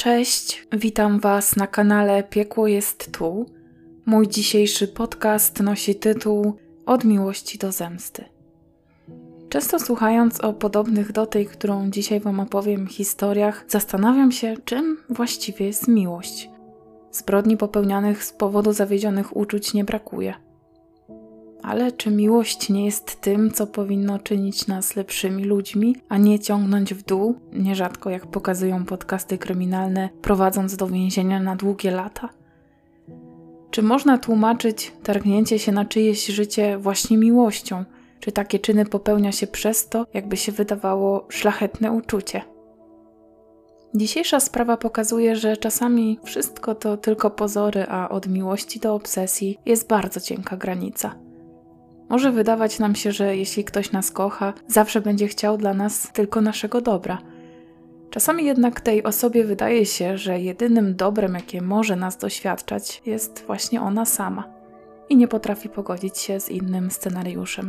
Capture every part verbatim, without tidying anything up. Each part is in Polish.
Cześć, witam Was na kanale Piekło jest tu. Mój dzisiejszy podcast nosi tytuł Od miłości do zemsty. Często słuchając o podobnych do tej, którą dzisiaj Wam opowiem, historiach, zastanawiam się, czym właściwie jest miłość. Zbrodni popełnianych z powodu zawiedzionych uczuć nie brakuje. Ale czy miłość nie jest tym, co powinno czynić nas lepszymi ludźmi, a nie ciągnąć w dół, nierzadko jak pokazują podcasty kryminalne, prowadząc do więzienia na długie lata? Czy można tłumaczyć targnięcie się na czyjeś życie właśnie miłością? Czy takie czyny popełnia się przez to, jakby się wydawało, szlachetne uczucie? Dzisiejsza sprawa pokazuje, że czasami wszystko to tylko pozory, a od miłości do obsesji jest bardzo cienka granica. Może wydawać nam się, że jeśli ktoś nas kocha, zawsze będzie chciał dla nas tylko naszego dobra. Czasami jednak tej osobie wydaje się, że jedynym dobrem, jakie może nas doświadczać, jest właśnie ona sama i nie potrafi pogodzić się z innym scenariuszem.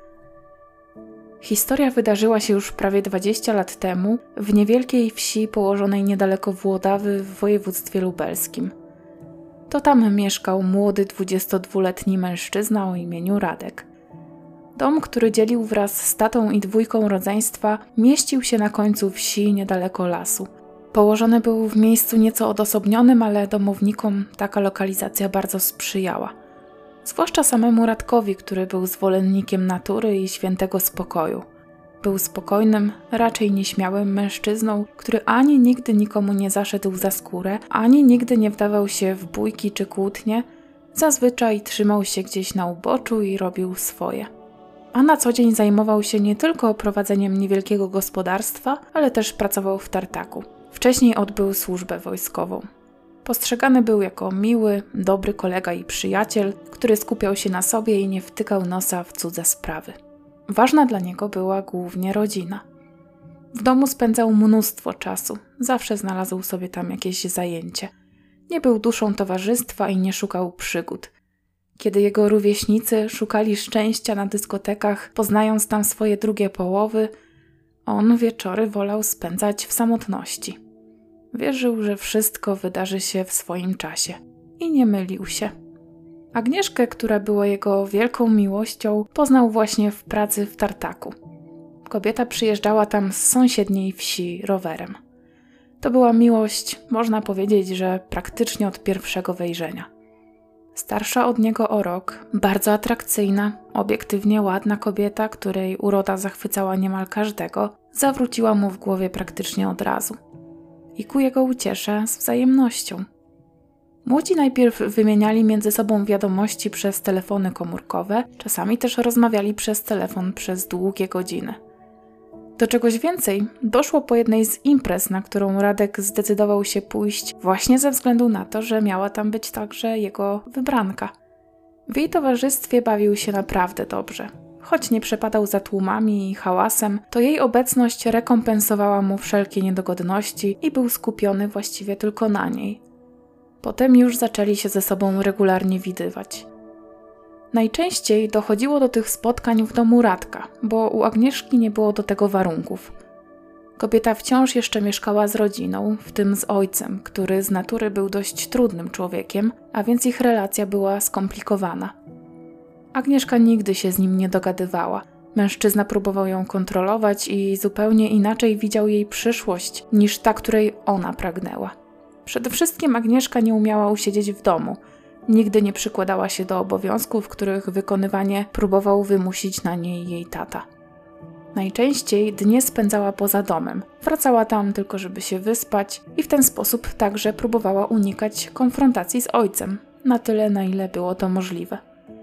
Historia wydarzyła się już prawie dwadzieścia lat temu w niewielkiej wsi położonej niedaleko Włodawy w województwie lubelskim. To tam mieszkał młody dwudziestodwuletni mężczyzna o imieniu Radek. Dom, który dzielił wraz z tatą i dwójką rodzeństwa, mieścił się na końcu wsi niedaleko lasu. Położony był w miejscu nieco odosobnionym, ale domownikom taka lokalizacja bardzo sprzyjała. Zwłaszcza samemu Radkowi, który był zwolennikiem natury i świętego spokoju. Był spokojnym, raczej nieśmiałym mężczyzną, który ani nigdy nikomu nie zaszedł za skórę, ani nigdy nie wdawał się w bójki czy kłótnie. Zazwyczaj trzymał się gdzieś na uboczu i robił swoje. A na co dzień zajmował się nie tylko prowadzeniem niewielkiego gospodarstwa, ale też pracował w tartaku. Wcześniej odbył służbę wojskową. Postrzegany był jako miły, dobry kolega i przyjaciel, który skupiał się na sobie i nie wtykał nosa w cudze sprawy. Ważna dla niego była głównie rodzina. W domu spędzał mnóstwo czasu, zawsze znalazł sobie tam jakieś zajęcie. Nie był duszą towarzystwa i nie szukał przygód. Kiedy jego rówieśnicy szukali szczęścia na dyskotekach, poznając tam swoje drugie połowy, on wieczory wolał spędzać w samotności. Wierzył, że wszystko wydarzy się w swoim czasie i nie mylił się. Agnieszkę, która była jego wielką miłością, poznał właśnie w pracy w tartaku. Kobieta przyjeżdżała tam z sąsiedniej wsi rowerem. To była miłość, można powiedzieć, że praktycznie od pierwszego wejrzenia. Starsza od niego o rok, bardzo atrakcyjna, obiektywnie ładna kobieta, której uroda zachwycała niemal każdego, zawróciła mu w głowie praktycznie od razu. I ku jego uciesze z wzajemnością. Młodzi najpierw wymieniali między sobą wiadomości przez telefony komórkowe, czasami też rozmawiali przez telefon przez długie godziny. Do czegoś więcej doszło po jednej z imprez, na którą Radek zdecydował się pójść właśnie ze względu na to, że miała tam być także jego wybranka. W jej towarzystwie bawił się naprawdę dobrze. Choć nie przepadał za tłumami i hałasem, to jej obecność rekompensowała mu wszelkie niedogodności i był skupiony właściwie tylko na niej. Potem już zaczęli się ze sobą regularnie widywać. Najczęściej dochodziło do tych spotkań w domu Radka, bo u Agnieszki nie było do tego warunków. Kobieta wciąż jeszcze mieszkała z rodziną, w tym z ojcem, który z natury był dość trudnym człowiekiem, a więc ich relacja była skomplikowana. Agnieszka nigdy się z nim nie dogadywała. Mężczyzna próbował ją kontrolować i zupełnie inaczej widział jej przyszłość niż ta, której ona pragnęła. Przede wszystkim Agnieszka nie umiała usiedzieć w domu. Nigdy nie przykładała się do obowiązków, których wykonywanie próbował wymusić na niej jej tata. Najczęściej dnie spędzała poza domem. Wracała tam tylko, żeby się wyspać i w ten sposób także próbowała unikać konfrontacji z ojcem, na tyle, na ile było to możliwe.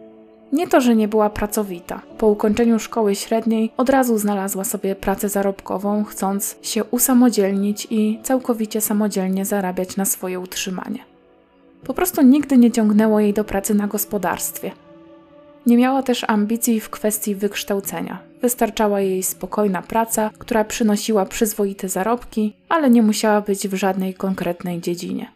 Nie to, że nie była pracowita. Po ukończeniu szkoły średniej od razu znalazła sobie pracę zarobkową, chcąc się usamodzielnić i całkowicie samodzielnie zarabiać na swoje utrzymanie. Po prostu nigdy nie ciągnęło jej do pracy na gospodarstwie. Nie miała też ambicji w kwestii wykształcenia. Wystarczała jej spokojna praca, która przynosiła przyzwoite zarobki, ale nie musiała być w żadnej konkretnej dziedzinie.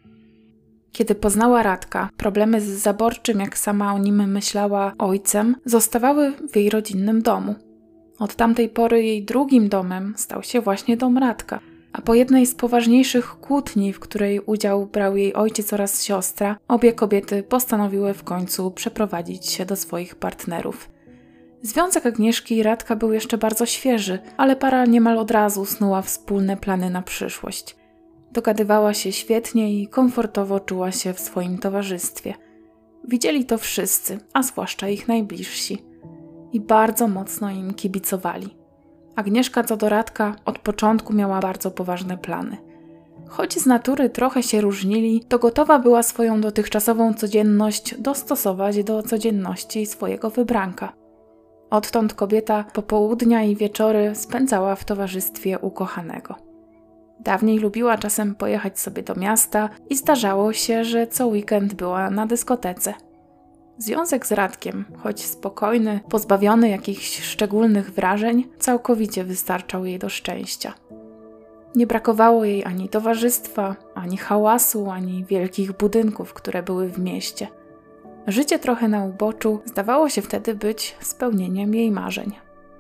Kiedy poznała Radka, problemy z zaborczym, jak sama o nim myślała, ojcem, zostawały w jej rodzinnym domu. Od tamtej pory jej drugim domem stał się właśnie dom Radka. A po jednej z poważniejszych kłótni, w której udział brał jej ojciec oraz siostra, obie kobiety postanowiły w końcu przeprowadzić się do swoich partnerów. Związek Agnieszki i Radka był jeszcze bardzo świeży, ale para niemal od razu snuła wspólne plany na przyszłość. Dogadywała się świetnie i komfortowo czuła się w swoim towarzystwie. Widzieli to wszyscy, a zwłaszcza ich najbliżsi. I bardzo mocno im kibicowali. Agnieszka co do Radka od początku miała bardzo poważne plany. Choć z natury trochę się różnili, to gotowa była swoją dotychczasową codzienność dostosować do codzienności swojego wybranka. Odtąd kobieta popołudnia i wieczory spędzała w towarzystwie ukochanego. Dawniej lubiła czasem pojechać sobie do miasta i zdarzało się, że co weekend była na dyskotece. Związek z Radkiem, choć spokojny, pozbawiony jakichś szczególnych wrażeń, całkowicie wystarczał jej do szczęścia. Nie brakowało jej ani towarzystwa, ani hałasu, ani wielkich budynków, które były w mieście. Życie trochę na uboczu zdawało się wtedy być spełnieniem jej marzeń.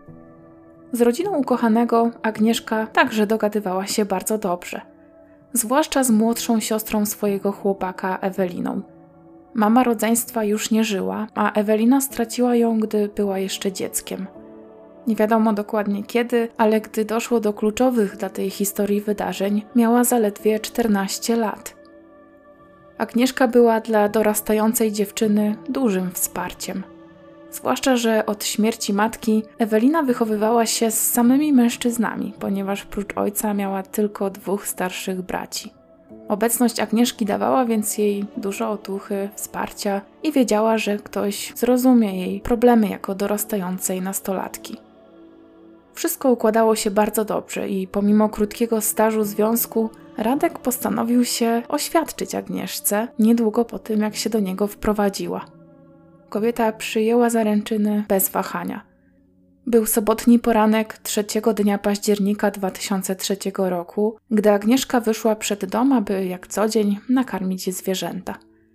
Z rodziną ukochanego Agnieszka także dogadywała się bardzo dobrze. Zwłaszcza z młodszą siostrą swojego chłopaka Eweliną. Mama rodzeństwa już nie żyła, a Ewelina straciła ją, gdy była jeszcze dzieckiem. Nie wiadomo dokładnie kiedy, ale gdy doszło do kluczowych dla tej historii wydarzeń, miała zaledwie czternaście lat. Agnieszka była dla dorastającej dziewczyny dużym wsparciem. Zwłaszcza, że od śmierci matki Ewelina wychowywała się z samymi mężczyznami, ponieważ prócz ojca miała tylko dwóch starszych braci. Obecność Agnieszki dawała więc jej dużo otuchy, wsparcia i wiedziała, że ktoś zrozumie jej problemy jako dorastającej nastolatki. Wszystko układało się bardzo dobrze i pomimo krótkiego stażu związku Radek postanowił się oświadczyć Agnieszce niedługo po tym, jak się do niego wprowadziła. Kobieta przyjęła zaręczyny bez wahania. Był sobotni poranek trzeciego dnia października dwa tysiące trzeciego roku, gdy Agnieszka wyszła przed dom, aby jak co dzień nakarmić zwierzęta.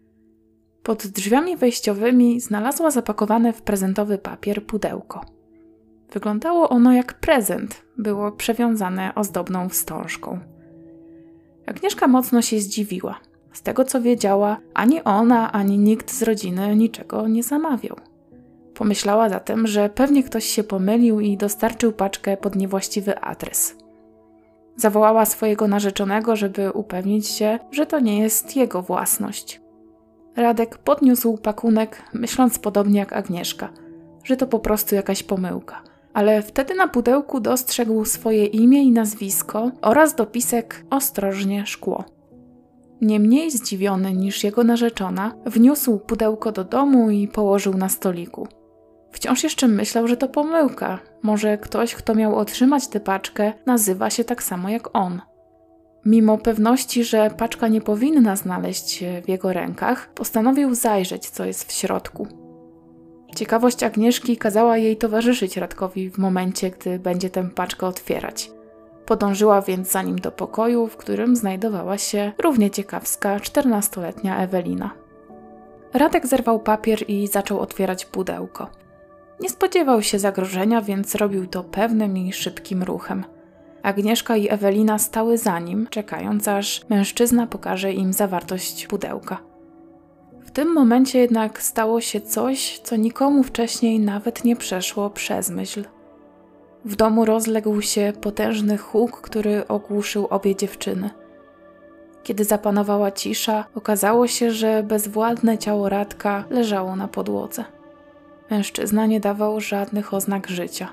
Pod drzwiami wejściowymi znalazła zapakowane w prezentowy papier pudełko. Wyglądało ono jak prezent, było przewiązane ozdobną wstążką. Agnieszka mocno się zdziwiła. Z tego co wiedziała, ani ona, ani nikt z rodziny niczego nie zamawiał. Pomyślała zatem, że pewnie ktoś się pomylił i dostarczył paczkę pod niewłaściwy adres. Zawołała swojego narzeczonego, żeby upewnić się, że to nie jest jego własność. Radek podniósł pakunek, myśląc podobnie jak Agnieszka, że to po prostu jakaś pomyłka. Ale wtedy na pudełku dostrzegł swoje imię i nazwisko oraz dopisek „Ostrożnie szkło”. Nie mniej zdziwiony niż jego narzeczona, wniósł pudełko do domu i położył na stoliku. Wciąż jeszcze myślał, że to pomyłka. Może ktoś, kto miał otrzymać tę paczkę, nazywa się tak samo jak on. Mimo pewności, że paczka nie powinna znaleźć się w jego rękach, postanowił zajrzeć, co jest w środku. Ciekawość Agnieszki kazała jej towarzyszyć Radkowi w momencie, gdy będzie tę paczkę otwierać. Podążyła więc za nim do pokoju, w którym znajdowała się równie ciekawska czternastoletnia Ewelina. Radek zerwał papier i zaczął otwierać pudełko. Nie spodziewał się zagrożenia, więc robił to pewnym i szybkim ruchem. Agnieszka i Ewelina stały za nim, czekając aż mężczyzna pokaże im zawartość pudełka. W tym momencie jednak stało się coś, co nikomu wcześniej nawet nie przeszło przez myśl. W domu rozległ się potężny huk, który ogłuszył obie dziewczyny. Kiedy zapanowała cisza, okazało się, że bezwładne ciało Radka leżało na podłodze. Mężczyzna nie dawał żadnych oznak życia.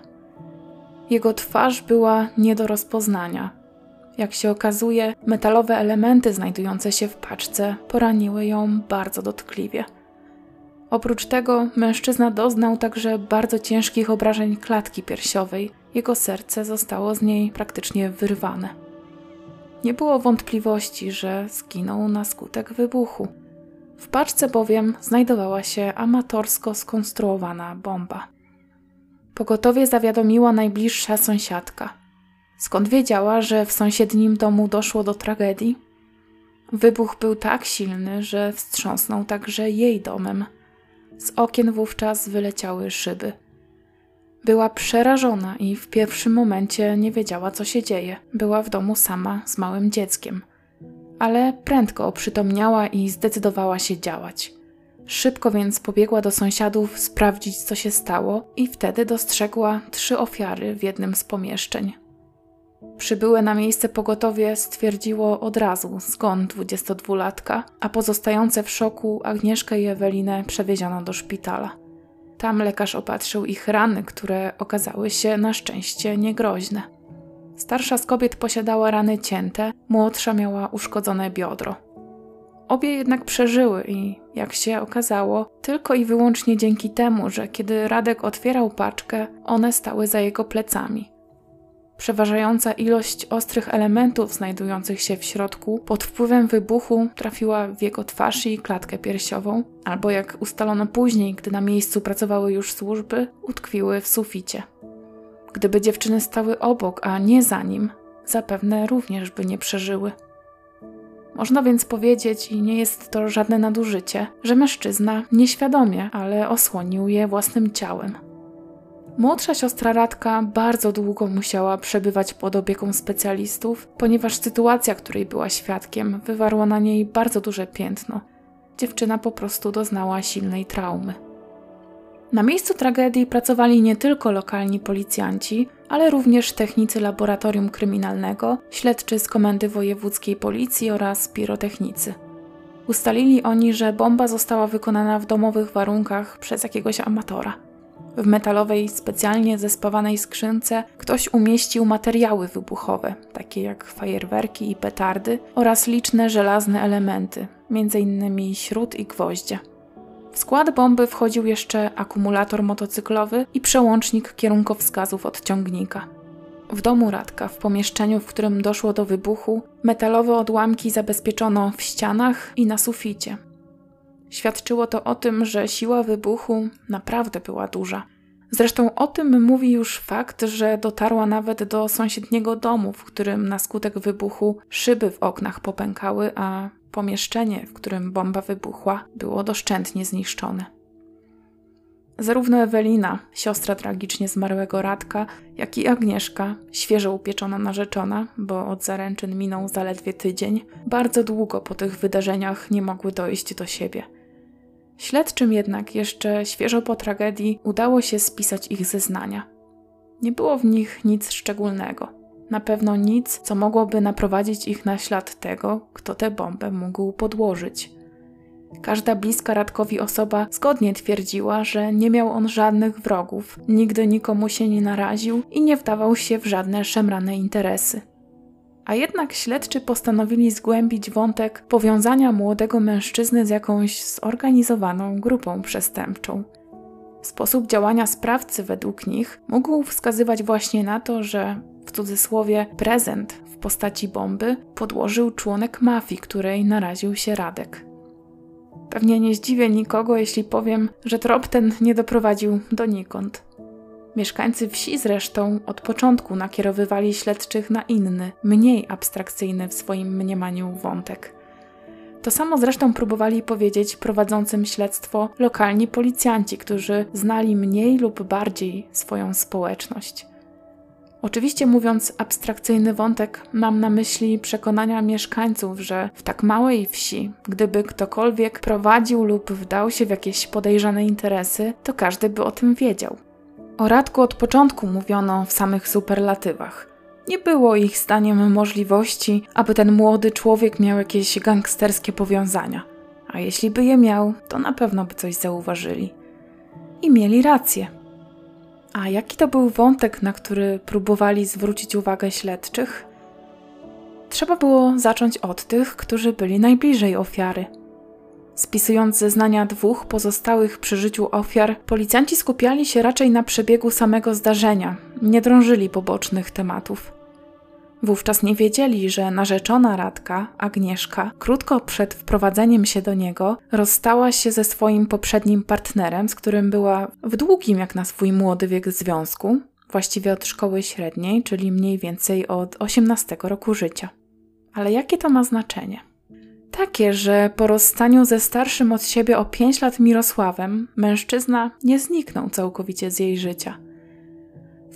Jego twarz była nie do rozpoznania. Jak się okazuje, metalowe elementy znajdujące się w paczce poraniły ją bardzo dotkliwie. Oprócz tego mężczyzna doznał także bardzo ciężkich obrażeń klatki piersiowej. Jego serce zostało z niej praktycznie wyrwane. Nie było wątpliwości, że zginął na skutek wybuchu. W paczce bowiem znajdowała się amatorsko skonstruowana bomba. Pogotowie zawiadomiła najbliższa sąsiadka. Skąd wiedziała, że w sąsiednim domu doszło do tragedii? Wybuch był tak silny, że wstrząsnął także jej domem. Z okien wówczas wyleciały szyby. Była przerażona i w pierwszym momencie nie wiedziała, co się dzieje. Była w domu sama z małym dzieckiem. Ale prędko oprzytomniała i zdecydowała się działać. Szybko więc pobiegła do sąsiadów sprawdzić, co się stało, i wtedy dostrzegła trzy ofiary w jednym z pomieszczeń. Przybyłe na miejsce pogotowie stwierdziło od razu zgon dwudziestodwulatka, a pozostające w szoku Agnieszkę i Ewelinę przewieziono do szpitala. Tam lekarz opatrzył ich rany, które okazały się na szczęście niegroźne. Starsza z kobiet posiadała rany cięte, młodsza miała uszkodzone biodro. Obie jednak przeżyły i, jak się okazało, tylko i wyłącznie dzięki temu, że kiedy Radek otwierał paczkę, one stały za jego plecami. Przeważająca ilość ostrych elementów znajdujących się w środku pod wpływem wybuchu trafiła w jego twarz i klatkę piersiową, albo jak ustalono później, gdy na miejscu pracowały już służby, utkwiły w suficie. Gdyby dziewczyny stały obok, a nie za nim, zapewne również by nie przeżyły. Można więc powiedzieć, i nie jest to żadne nadużycie, że mężczyzna nieświadomie, ale osłonił je własnym ciałem. Młodsza siostra Radka bardzo długo musiała przebywać pod opieką specjalistów, ponieważ sytuacja, której była świadkiem, wywarła na niej bardzo duże piętno. Dziewczyna po prostu doznała silnej traumy. Na miejscu tragedii pracowali nie tylko lokalni policjanci, ale również technicy laboratorium kryminalnego, śledczy z Komendy Wojewódzkiej Policji oraz pirotechnicy. Ustalili oni, że bomba została wykonana w domowych warunkach przez jakiegoś amatora. W metalowej, specjalnie zespawanej skrzynce ktoś umieścił materiały wybuchowe, takie jak fajerwerki i petardy, oraz liczne żelazne elementy, między innymi śrut i gwoździe. W skład bomby wchodził jeszcze akumulator motocyklowy i przełącznik kierunkowskazów od ciągnika. W domu Radka, w pomieszczeniu, w którym doszło do wybuchu, metalowe odłamki zabezpieczono w ścianach i na suficie. Świadczyło to o tym, że siła wybuchu naprawdę była duża. Zresztą o tym mówi już fakt, że dotarła nawet do sąsiedniego domu, w którym na skutek wybuchu szyby w oknach popękały, a pomieszczenie, w którym bomba wybuchła, było doszczętnie zniszczone. Zarówno Ewelina, siostra tragicznie zmarłego Radka, jak i Agnieszka, świeżo upieczona narzeczona, bo od zaręczyn minął zaledwie tydzień, bardzo długo po tych wydarzeniach nie mogły dojść do siebie. Śledczym jednak jeszcze świeżo po tragedii udało się spisać ich zeznania. Nie było w nich nic szczególnego. Na pewno nic, co mogłoby naprowadzić ich na ślad tego, kto tę bombę mógł podłożyć. Każda bliska Radkowi osoba zgodnie twierdziła, że nie miał on żadnych wrogów, nigdy nikomu się nie naraził i nie wdawał się w żadne szemrane interesy. A jednak śledczy postanowili zgłębić wątek powiązania młodego mężczyzny z jakąś zorganizowaną grupą przestępczą. Sposób działania sprawcy według nich mógł wskazywać właśnie na to, że w cudzysłowie prezent w postaci bomby podłożył członek mafii, której naraził się Radek. Pewnie nie zdziwię nikogo, jeśli powiem, że trop ten nie doprowadził donikąd. Mieszkańcy wsi zresztą od początku nakierowywali śledczych na inny, mniej abstrakcyjny w swoim mniemaniu wątek. To samo zresztą próbowali powiedzieć prowadzącym śledztwo lokalni policjanci, którzy znali mniej lub bardziej swoją społeczność. Oczywiście mówiąc abstrakcyjny wątek, mam na myśli przekonania mieszkańców, że w tak małej wsi, gdyby ktokolwiek prowadził lub wdał się w jakieś podejrzane interesy, to każdy by o tym wiedział. O Radku od początku mówiono w samych superlatywach. Nie było ich zdaniem możliwości, aby ten młody człowiek miał jakieś gangsterskie powiązania. A jeśli by je miał, to na pewno by coś zauważyli. I mieli rację. A jaki to był wątek, na który próbowali zwrócić uwagę śledczych? Trzeba było zacząć od tych, którzy byli najbliżej ofiary. Spisując zeznania dwóch pozostałych przy życiu ofiar, policjanci skupiali się raczej na przebiegu samego zdarzenia, nie drążyli pobocznych tematów. Wówczas nie wiedzieli, że narzeczona Radka, Agnieszka, krótko przed wprowadzeniem się do niego, rozstała się ze swoim poprzednim partnerem, z którym była w długim jak na swój młody wiek związku, właściwie od szkoły średniej, czyli mniej więcej od osiemnastego roku życia. Ale jakie to ma znaczenie? Takie, że po rozstaniu ze starszym od siebie o pięć lat Mirosławem, mężczyzna nie zniknął całkowicie z jej życia.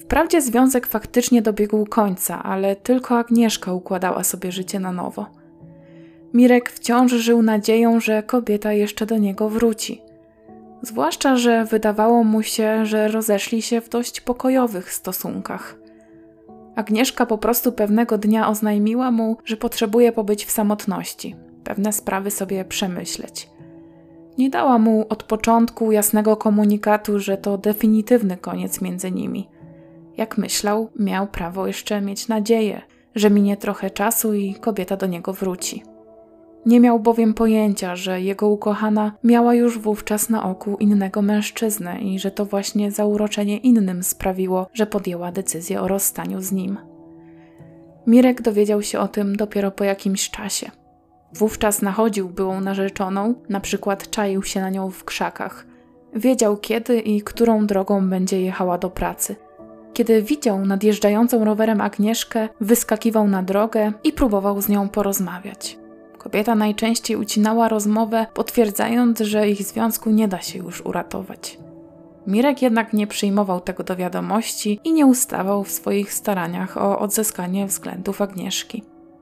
Wprawdzie związek faktycznie dobiegł końca, ale tylko Agnieszka układała sobie życie na nowo. Mirek wciąż żył nadzieją, że kobieta jeszcze do niego wróci. Zwłaszcza, że wydawało mu się, że rozeszli się w dość pokojowych stosunkach. Agnieszka po prostu pewnego dnia oznajmiła mu, że potrzebuje pobyć w samotności, pewne sprawy sobie przemyśleć. Nie dała mu od początku jasnego komunikatu, że to definitywny koniec między nimi. Jak myślał, miał prawo jeszcze mieć nadzieję, że minie trochę czasu i kobieta do niego wróci. Nie miał bowiem pojęcia, że jego ukochana miała już wówczas na oku innego mężczyznę i że to właśnie zauroczenie innym sprawiło, że podjęła decyzję o rozstaniu z nim. Mirek dowiedział się o tym dopiero po jakimś czasie. Wówczas nachodził byłą narzeczoną, na przykład czaił się na nią w krzakach. Wiedział kiedy i którą drogą będzie jechała do pracy. Kiedy widział nadjeżdżającą rowerem Agnieszkę, wyskakiwał na drogę i próbował z nią porozmawiać. Kobieta najczęściej ucinała rozmowę, potwierdzając, że ich związku nie da się już uratować. Mirek jednak nie przyjmował tego do wiadomości i nie ustawał w swoich staraniach o odzyskanie względów Agnieszki.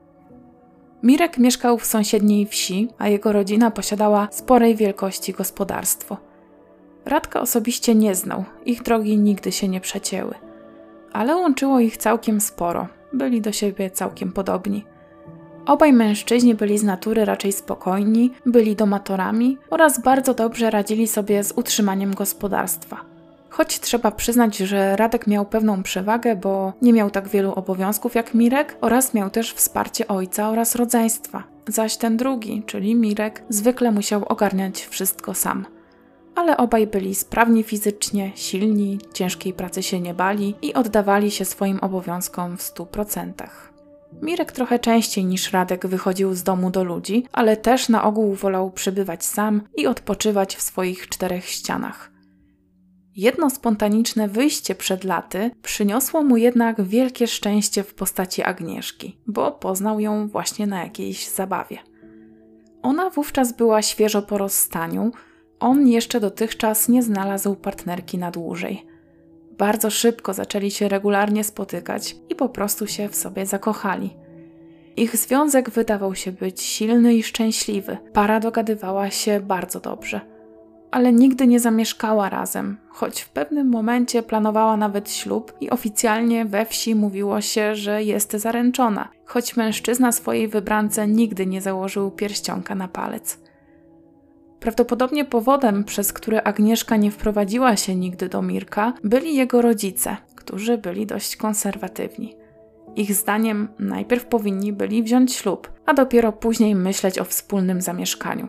Mirek mieszkał w sąsiedniej wsi, a jego rodzina posiadała sporej wielkości gospodarstwo. Radka osobiście nie znał, ich drogi nigdy się nie przecięły. Ale łączyło ich całkiem sporo, byli do siebie całkiem podobni. Obaj mężczyźni byli z natury raczej spokojni, byli domatorami oraz bardzo dobrze radzili sobie z utrzymaniem gospodarstwa. Choć trzeba przyznać, że Radek miał pewną przewagę, bo nie miał tak wielu obowiązków jak Mirek oraz miał też wsparcie ojca oraz rodzeństwa. Zaś ten drugi, czyli Mirek, zwykle musiał ogarniać wszystko sam. Ale obaj byli sprawni fizycznie, silni, ciężkiej pracy się nie bali i oddawali się swoim obowiązkom w stu procentach. Mirek trochę częściej niż Radek wychodził z domu do ludzi, ale też na ogół wolał przebywać sam i odpoczywać w swoich czterech ścianach. Jedno spontaniczne wyjście przed laty przyniosło mu jednak wielkie szczęście w postaci Agnieszki, bo poznał ją właśnie na jakiejś zabawie. Ona wówczas była świeżo po rozstaniu, on jeszcze dotychczas nie znalazł partnerki na dłużej. Bardzo szybko zaczęli się regularnie spotykać i po prostu się w sobie zakochali. Ich związek wydawał się być silny i szczęśliwy. Para dogadywała się bardzo dobrze. Ale nigdy nie zamieszkała razem, choć w pewnym momencie planowała nawet ślub i oficjalnie we wsi mówiło się, że jest zaręczona, choć mężczyzna swojej wybrance nigdy nie założył pierścionka na palec. Prawdopodobnie powodem, przez który Agnieszka nie wprowadziła się nigdy do Mirka, byli jego rodzice, którzy byli dość konserwatywni. Ich zdaniem najpierw powinni byli wziąć ślub, a dopiero później myśleć o wspólnym zamieszkaniu.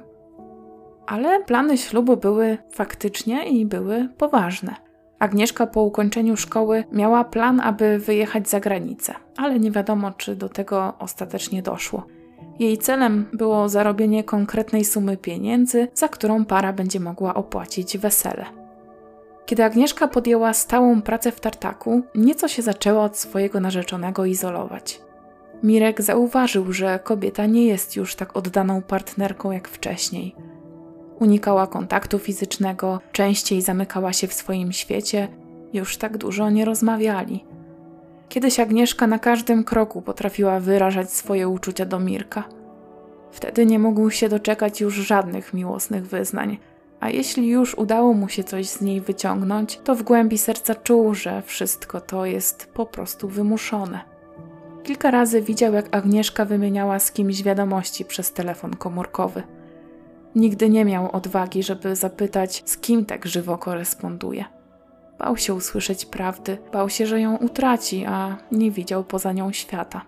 Ale plany ślubu były faktycznie i były poważne. Agnieszka po ukończeniu szkoły miała plan, aby wyjechać za granicę, ale nie wiadomo, czy do tego ostatecznie doszło. Jej celem było zarobienie konkretnej sumy pieniędzy, za którą para będzie mogła opłacić wesele. Kiedy Agnieszka podjęła stałą pracę w tartaku, nieco się zaczęła od swojego narzeczonego izolować. Mirek zauważył, że kobieta nie jest już tak oddaną partnerką jak wcześniej. Unikała kontaktu fizycznego, częściej zamykała się w swoim świecie, już tak dużo nie rozmawiali. Kiedyś Agnieszka na każdym kroku potrafiła wyrażać swoje uczucia do Mirka. Wtedy nie mógł się doczekać już żadnych miłosnych wyznań, a jeśli już udało mu się coś z niej wyciągnąć, to w głębi serca czuł, że wszystko to jest po prostu wymuszone. Kilka razy widział, jak Agnieszka wymieniała z kimś wiadomości przez telefon komórkowy. Nigdy nie miał odwagi, żeby zapytać, z kim tak żywo koresponduje. Bał się usłyszeć prawdy, bał się, że ją utraci, a nie widział poza nią świata.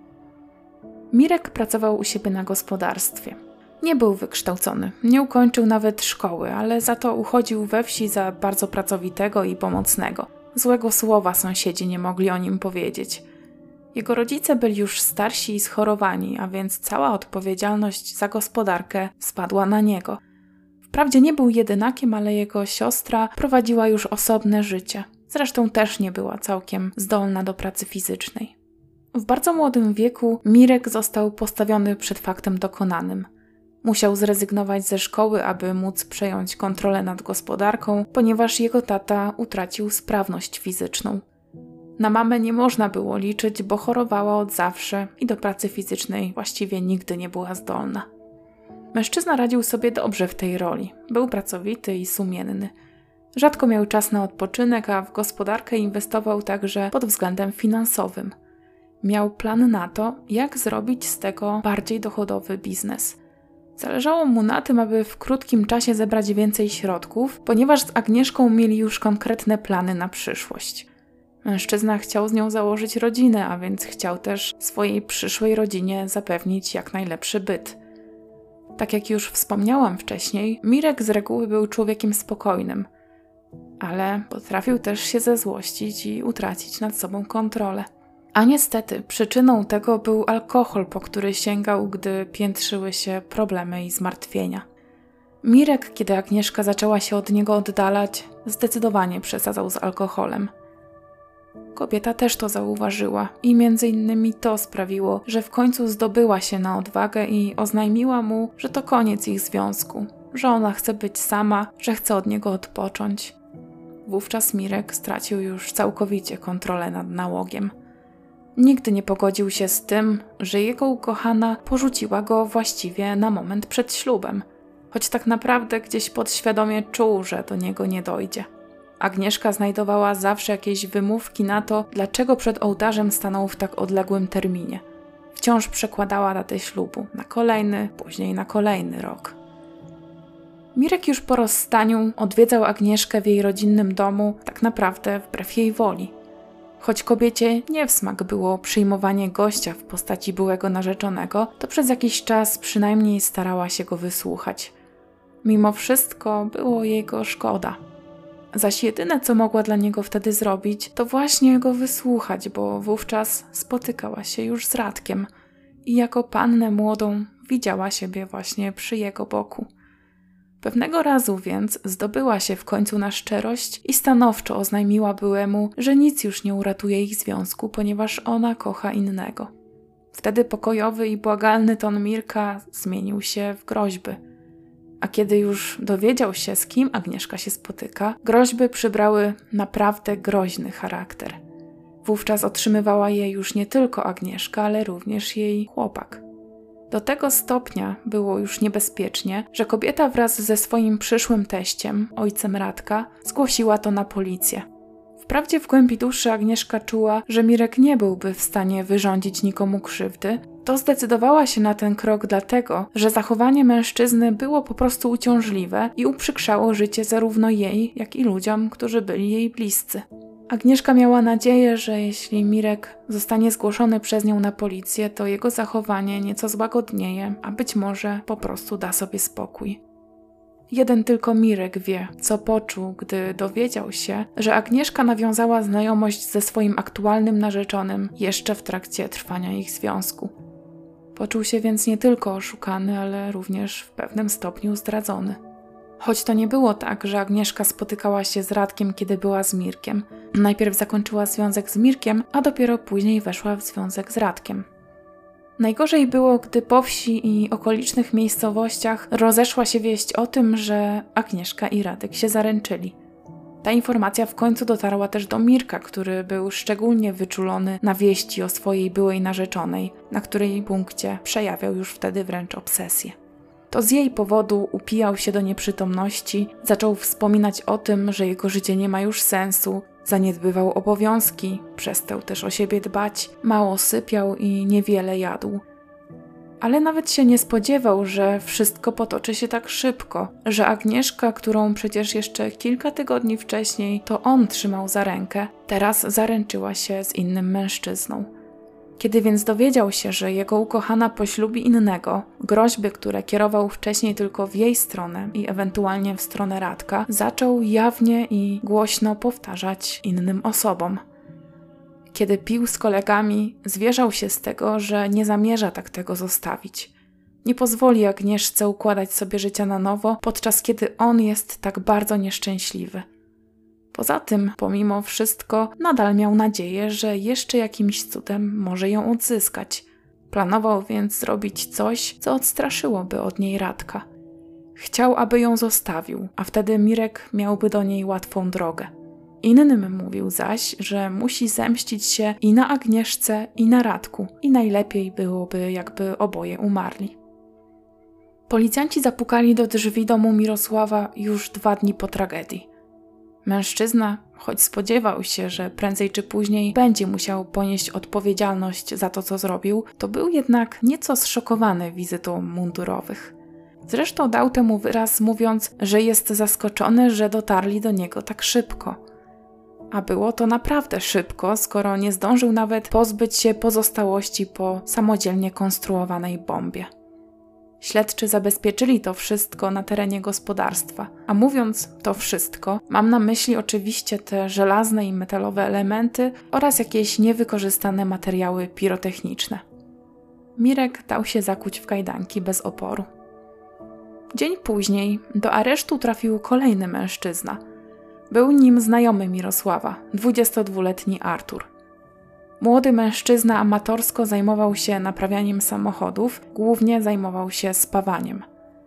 Mirek pracował u siebie na gospodarstwie. Nie był wykształcony, nie ukończył nawet szkoły, ale za to uchodził we wsi za bardzo pracowitego i pomocnego. Złego słowa sąsiedzi nie mogli o nim powiedzieć. Jego rodzice byli już starsi i schorowani, a więc cała odpowiedzialność za gospodarkę spadła na niego. Wprawdzie nie był jedynakiem, ale jego siostra prowadziła już osobne życie. Zresztą też nie była całkiem zdolna do pracy fizycznej. W bardzo młodym wieku Mirek został postawiony przed faktem dokonanym. Musiał zrezygnować ze szkoły, aby móc przejąć kontrolę nad gospodarką, ponieważ jego tata utracił sprawność fizyczną. Na mamę nie można było liczyć, bo chorowała od zawsze i do pracy fizycznej właściwie nigdy nie była zdolna. Mężczyzna radził sobie dobrze w tej roli. Był pracowity i sumienny. Rzadko miał czas na odpoczynek, a w gospodarkę inwestował także pod względem finansowym. Miał plan na to, jak zrobić z tego bardziej dochodowy biznes. Zależało mu na tym, aby w krótkim czasie zebrać więcej środków, ponieważ z Agnieszką mieli już konkretne plany na przyszłość. Mężczyzna chciał z nią założyć rodzinę, a więc chciał też swojej przyszłej rodzinie zapewnić jak najlepszy byt. Tak jak już wspomniałam wcześniej, Mirek z reguły był człowiekiem spokojnym, ale potrafił też się zezłościć i utracić nad sobą kontrolę. A niestety przyczyną tego był alkohol, po który sięgał, gdy piętrzyły się problemy i zmartwienia. Mirek, kiedy Agnieszka zaczęła się od niego oddalać, zdecydowanie przesadzał z alkoholem. Kobieta też to zauważyła i między innymi to sprawiło, że w końcu zdobyła się na odwagę i oznajmiła mu, że to koniec ich związku, że ona chce być sama, że chce od niego odpocząć. Wówczas Mirek stracił już całkowicie kontrolę nad nałogiem. Nigdy nie pogodził się z tym, że jego ukochana porzuciła go właściwie na moment przed ślubem, choć tak naprawdę gdzieś podświadomie czuł, że do niego nie dojdzie. Agnieszka znajdowała zawsze jakieś wymówki na to, dlaczego przed ołtarzem stanął w tak odległym terminie. Wciąż przekładała datę ślubu na kolejny, później na kolejny rok. Mirek już po rozstaniu odwiedzał Agnieszkę w jej rodzinnym domu, tak naprawdę wbrew jej woli. Choć kobiecie nie w smak było przyjmowanie gościa w postaci byłego narzeczonego, to przez jakiś czas przynajmniej starała się go wysłuchać. Mimo wszystko było jej go szkoda. Zaś jedyne, co mogła dla niego wtedy zrobić, to właśnie go wysłuchać, bo wówczas spotykała się już z Radkiem i jako pannę młodą widziała siebie właśnie przy jego boku. Pewnego razu więc zdobyła się w końcu na szczerość i stanowczo oznajmiła byłemu, że nic już nie uratuje ich związku, ponieważ ona kocha innego. Wtedy pokojowy i błagalny ton Mirka zmienił się w groźby. A kiedy już dowiedział się, z kim Agnieszka się spotyka, groźby przybrały naprawdę groźny charakter. Wówczas otrzymywała je już nie tylko Agnieszka, ale również jej chłopak. Do tego stopnia było już niebezpiecznie, że kobieta wraz ze swoim przyszłym teściem, ojcem Radka, zgłosiła to na policję. Wprawdzie w głębi duszy Agnieszka czuła, że Mirek nie byłby w stanie wyrządzić nikomu krzywdy, to zdecydowała się na ten krok dlatego, że zachowanie mężczyzny było po prostu uciążliwe i uprzykrzało życie zarówno jej, jak i ludziom, którzy byli jej bliscy. Agnieszka miała nadzieję, że jeśli Mirek zostanie zgłoszony przez nią na policję, to jego zachowanie nieco złagodnieje, a być może po prostu da sobie spokój. Jeden tylko Mirek wie, co poczuł, gdy dowiedział się, że Agnieszka nawiązała znajomość ze swoim aktualnym narzeczonym jeszcze w trakcie trwania ich związku. Poczuł się więc nie tylko oszukany, ale również w pewnym stopniu zdradzony. Choć to nie było tak, że Agnieszka spotykała się z Radkiem, kiedy była z Mirkiem. Najpierw zakończyła związek z Mirkiem, a dopiero później weszła w związek z Radkiem. Najgorzej było, gdy po wsi i okolicznych miejscowościach rozeszła się wieść o tym, że Agnieszka i Radek się zaręczyli. Ta informacja w końcu dotarła też do Mirka, który był szczególnie wyczulony na wieści o swojej byłej narzeczonej, na której punkcie przejawiał już wtedy wręcz obsesję. To z jej powodu upijał się do nieprzytomności, zaczął wspominać o tym, że jego życie nie ma już sensu, zaniedbywał obowiązki, przestał też o siebie dbać, mało sypiał i niewiele jadł. Ale nawet się nie spodziewał, że wszystko potoczy się tak szybko, że Agnieszka, którą przecież jeszcze kilka tygodni wcześniej to on trzymał za rękę, teraz zaręczyła się z innym mężczyzną. Kiedy więc dowiedział się, że jego ukochana poślubi innego, groźby, które kierował wcześniej tylko w jej stronę i ewentualnie w stronę Radka, zaczął jawnie i głośno powtarzać innym osobom. Kiedy pił z kolegami, zwierzał się z tego, że nie zamierza tak tego zostawić. Nie pozwoli Agnieszce układać sobie życia na nowo, podczas kiedy on jest tak bardzo nieszczęśliwy. Poza tym, pomimo wszystko, nadal miał nadzieję, że jeszcze jakimś cudem może ją odzyskać. Planował więc zrobić coś, co odstraszyłoby od niej Radka. Chciał, aby ją zostawił, a wtedy Mirek miałby do niej łatwą drogę. Innym mówił zaś, że musi zemścić się i na Agnieszce, i na Radku i najlepiej byłoby, jakby oboje umarli. Policjanci zapukali do drzwi domu Mirosława już dwa dni po tragedii. Mężczyzna, choć spodziewał się, że prędzej czy później będzie musiał ponieść odpowiedzialność za to, co zrobił, to był jednak nieco zszokowany wizytą mundurowych. Zresztą dał temu wyraz, mówiąc, że jest zaskoczony, że dotarli do niego tak szybko. A było to naprawdę szybko, skoro nie zdążył nawet pozbyć się pozostałości po samodzielnie konstruowanej bombie. Śledczy zabezpieczyli to wszystko na terenie gospodarstwa. A mówiąc to wszystko, mam na myśli oczywiście te żelazne i metalowe elementy oraz jakieś niewykorzystane materiały pirotechniczne. Mirek dał się zakuć w kajdanki bez oporu. Dzień później do aresztu trafił kolejny mężczyzna. Był nim znajomy Mirosława, dwudziestodwuletni Artur. Młody mężczyzna amatorsko zajmował się naprawianiem samochodów, głównie zajmował się spawaniem.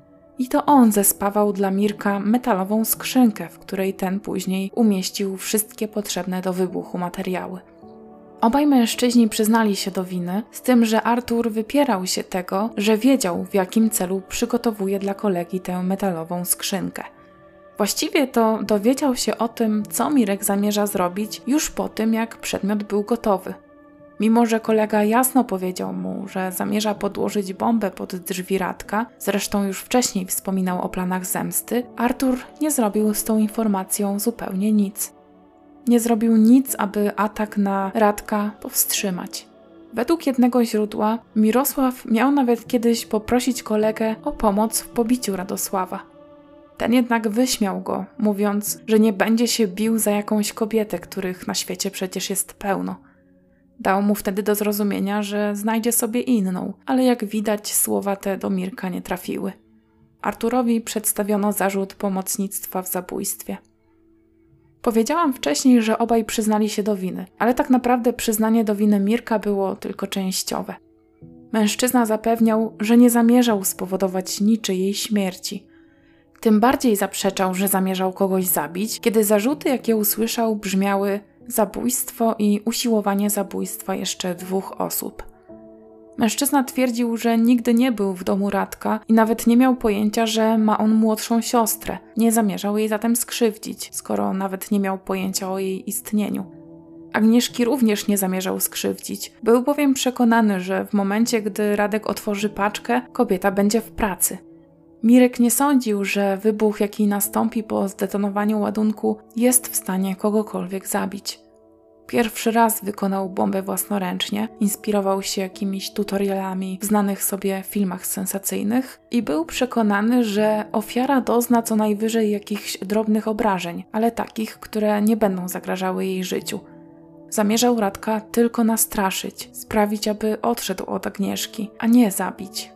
I to on zespawał dla Mirka metalową skrzynkę, w której ten później umieścił wszystkie potrzebne do wybuchu materiały. Obaj mężczyźni przyznali się do winy, z tym, że Artur wypierał się tego, że wiedział, w jakim celu przygotowuje dla kolegi tę metalową skrzynkę. Właściwie to dowiedział się o tym, co Mirek zamierza zrobić już po tym, jak przedmiot był gotowy. Mimo że kolega jasno powiedział mu, że zamierza podłożyć bombę pod drzwi Radka, zresztą już wcześniej wspominał o planach zemsty, Artur nie zrobił z tą informacją zupełnie nic. Nie zrobił nic, aby atak na Radka powstrzymać. Według jednego źródła Mirosław miał nawet kiedyś poprosić kolegę o pomoc w pobiciu Radosława. Ten jednak wyśmiał go, mówiąc, że nie będzie się bił za jakąś kobietę, których na świecie przecież jest pełno. Dał mu wtedy do zrozumienia, że znajdzie sobie inną, ale jak widać słowa te do Mirka nie trafiły. Arturowi przedstawiono zarzut pomocnictwa w zabójstwie. Powiedziałam wcześniej, że obaj przyznali się do winy, ale tak naprawdę przyznanie do winy Mirka było tylko częściowe. Mężczyzna zapewniał, że nie zamierzał spowodować niczyjej śmierci. Tym bardziej zaprzeczał, że zamierzał kogoś zabić, kiedy zarzuty, jakie usłyszał, brzmiały zabójstwo i usiłowanie zabójstwa jeszcze dwóch osób. Mężczyzna twierdził, że nigdy nie był w domu Radka i nawet nie miał pojęcia, że ma on młodszą siostrę. Nie zamierzał jej zatem skrzywdzić, skoro nawet nie miał pojęcia o jej istnieniu. Agnieszki również nie zamierzał skrzywdzić. Był bowiem przekonany, że w momencie, gdy Radek otworzy paczkę, kobieta będzie w pracy. Mirek nie sądził, że wybuch, jaki nastąpi po zdetonowaniu ładunku, jest w stanie kogokolwiek zabić. Pierwszy raz wykonał bombę własnoręcznie, inspirował się jakimiś tutorialami w znanych sobie filmach sensacyjnych i był przekonany, że ofiara dozna co najwyżej jakichś drobnych obrażeń, ale takich, które nie będą zagrażały jej życiu. Zamierzał Radka tylko nastraszyć, sprawić, aby odszedł od Agnieszki, a nie zabić.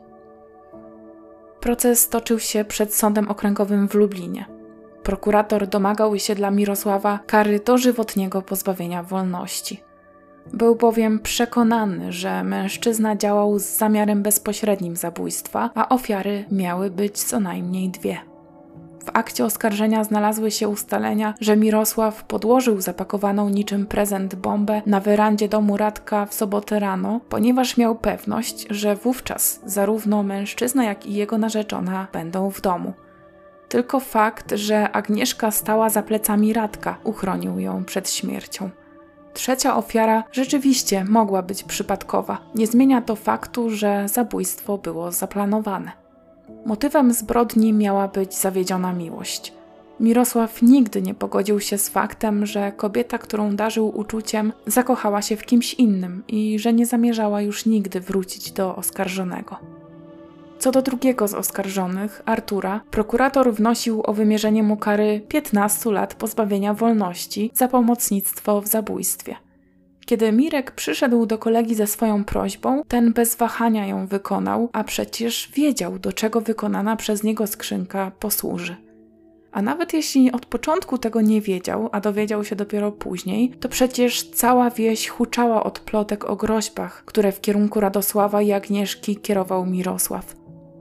Proces toczył się przed Sądem Okręgowym w Lublinie. Prokurator domagał się dla Mirosława kary dożywotniego pozbawienia wolności. Był bowiem przekonany, że mężczyzna działał z zamiarem bezpośrednim zabójstwa, a ofiary miały być co najmniej dwie. W akcie oskarżenia znalazły się ustalenia, że Mirosław podłożył zapakowaną niczym prezent bombę na werandzie domu Radka w sobotę rano, ponieważ miał pewność, że wówczas zarówno mężczyzna, jak i jego narzeczona będą w domu. Tylko fakt, że Agnieszka stała za plecami Radka, uchronił ją przed śmiercią. Trzecia ofiara rzeczywiście mogła być przypadkowa. Nie zmienia to faktu, że zabójstwo było zaplanowane. Motywem zbrodni miała być zawiedziona miłość. Mirosław nigdy nie pogodził się z faktem, że kobieta, którą darzył uczuciem, zakochała się w kimś innym i że nie zamierzała już nigdy wrócić do oskarżonego. Co do drugiego z oskarżonych, Artura, prokurator wnosił o wymierzenie mu kary piętnastu lat pozbawienia wolności za pomocnictwo w zabójstwie. Kiedy Mirek przyszedł do kolegi ze swoją prośbą, ten bez wahania ją wykonał, a przecież wiedział, do czego wykonana przez niego skrzynka posłuży. A nawet jeśli od początku tego nie wiedział, a dowiedział się dopiero później, to przecież cała wieś huczała od plotek o groźbach, które w kierunku Radosława i Agnieszki kierował Mirosław.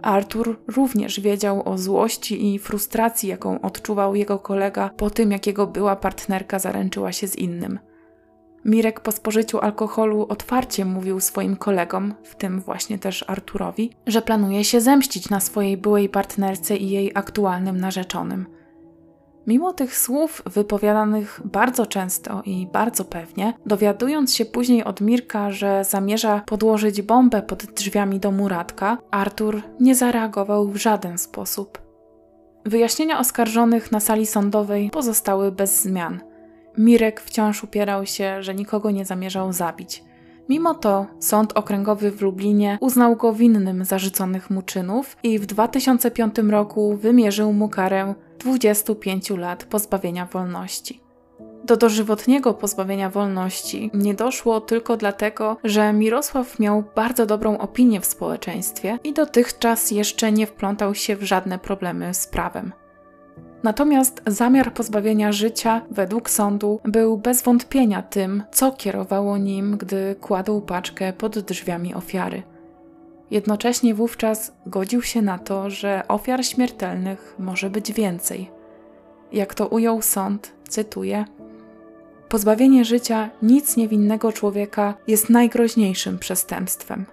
Artur również wiedział o złości i frustracji, jaką odczuwał jego kolega po tym, jak jego była partnerka zaręczyła się z innym. Mirek po spożyciu alkoholu otwarcie mówił swoim kolegom, w tym właśnie też Arturowi, że planuje się zemścić na swojej byłej partnerce i jej aktualnym narzeczonym. Mimo tych słów wypowiadanych bardzo często i bardzo pewnie, dowiadując się później od Mirka, że zamierza podłożyć bombę pod drzwiami domu Radka, Artur nie zareagował w żaden sposób. Wyjaśnienia oskarżonych na sali sądowej pozostały bez zmian. Mirek wciąż upierał się, że nikogo nie zamierzał zabić. Mimo to Sąd Okręgowy w Lublinie uznał go winnym zarzuconych mu czynów i w dwa tysiące piątym roku wymierzył mu karę dwudziestu pięciu lat pozbawienia wolności. Do dożywotniego pozbawienia wolności nie doszło tylko dlatego, że Mirosław miał bardzo dobrą opinię w społeczeństwie i dotychczas jeszcze nie wplątał się w żadne problemy z prawem. Natomiast zamiar pozbawienia życia, według sądu, był bez wątpienia tym, co kierowało nim, gdy kładł paczkę pod drzwiami ofiary. Jednocześnie wówczas godził się na to, że ofiar śmiertelnych może być więcej. Jak to ujął sąd, cytuję: pozbawienie życia nic niewinnego człowieka jest najgroźniejszym przestępstwem.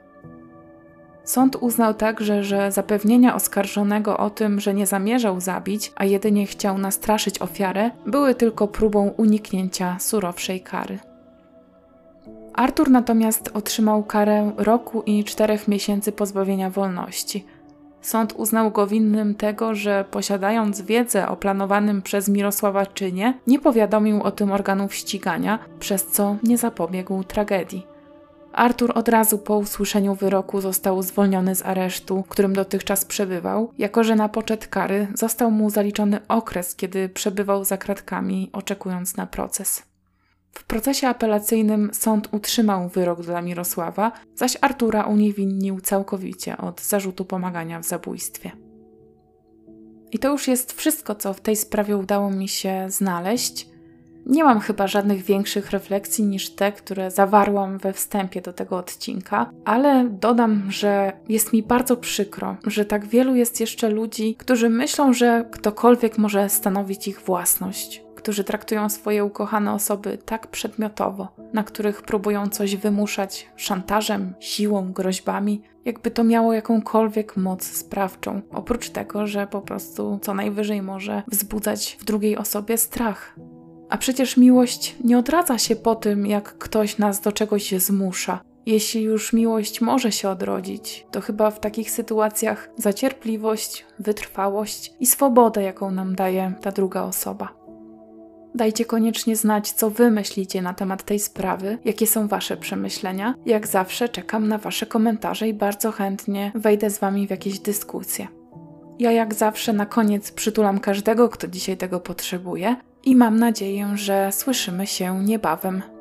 Sąd uznał także, że zapewnienia oskarżonego o tym, że nie zamierzał zabić, a jedynie chciał nastraszyć ofiarę, były tylko próbą uniknięcia surowszej kary. Artur natomiast otrzymał karę roku i czterech miesięcy pozbawienia wolności. Sąd uznał go winnym tego, że posiadając wiedzę o planowanym przez Mirosława czynie, nie powiadomił o tym organów ścigania, przez co nie zapobiegł tragedii. Artur od razu po usłyszeniu wyroku został zwolniony z aresztu, w którym dotychczas przebywał, jako że na poczet kary został mu zaliczony okres, kiedy przebywał za kratkami, oczekując na proces. W procesie apelacyjnym sąd utrzymał wyrok dla Mirosława, zaś Artura uniewinnił całkowicie od zarzutu pomagania w zabójstwie. I to już jest wszystko, co w tej sprawie udało mi się znaleźć. Nie mam chyba żadnych większych refleksji niż te, które zawarłam we wstępie do tego odcinka, ale dodam, że jest mi bardzo przykro, że tak wielu jest jeszcze ludzi, którzy myślą, że ktokolwiek może stanowić ich własność, którzy traktują swoje ukochane osoby tak przedmiotowo, na których próbują coś wymuszać szantażem, siłą, groźbami, jakby to miało jakąkolwiek moc sprawczą, oprócz tego, że po prostu co najwyżej może wzbudzać w drugiej osobie strach. A przecież miłość nie odradza się po tym, jak ktoś nas do czegoś zmusza. Jeśli już miłość może się odrodzić, to chyba w takich sytuacjach za cierpliwość, wytrwałość i swobodę, jaką nam daje ta druga osoba. Dajcie koniecznie znać, co wy myślicie na temat tej sprawy, jakie są wasze przemyślenia. Jak zawsze czekam na wasze komentarze i bardzo chętnie wejdę z wami w jakieś dyskusje. Ja jak zawsze na koniec przytulam każdego, kto dzisiaj tego potrzebuje i mam nadzieję, że słyszymy się niebawem.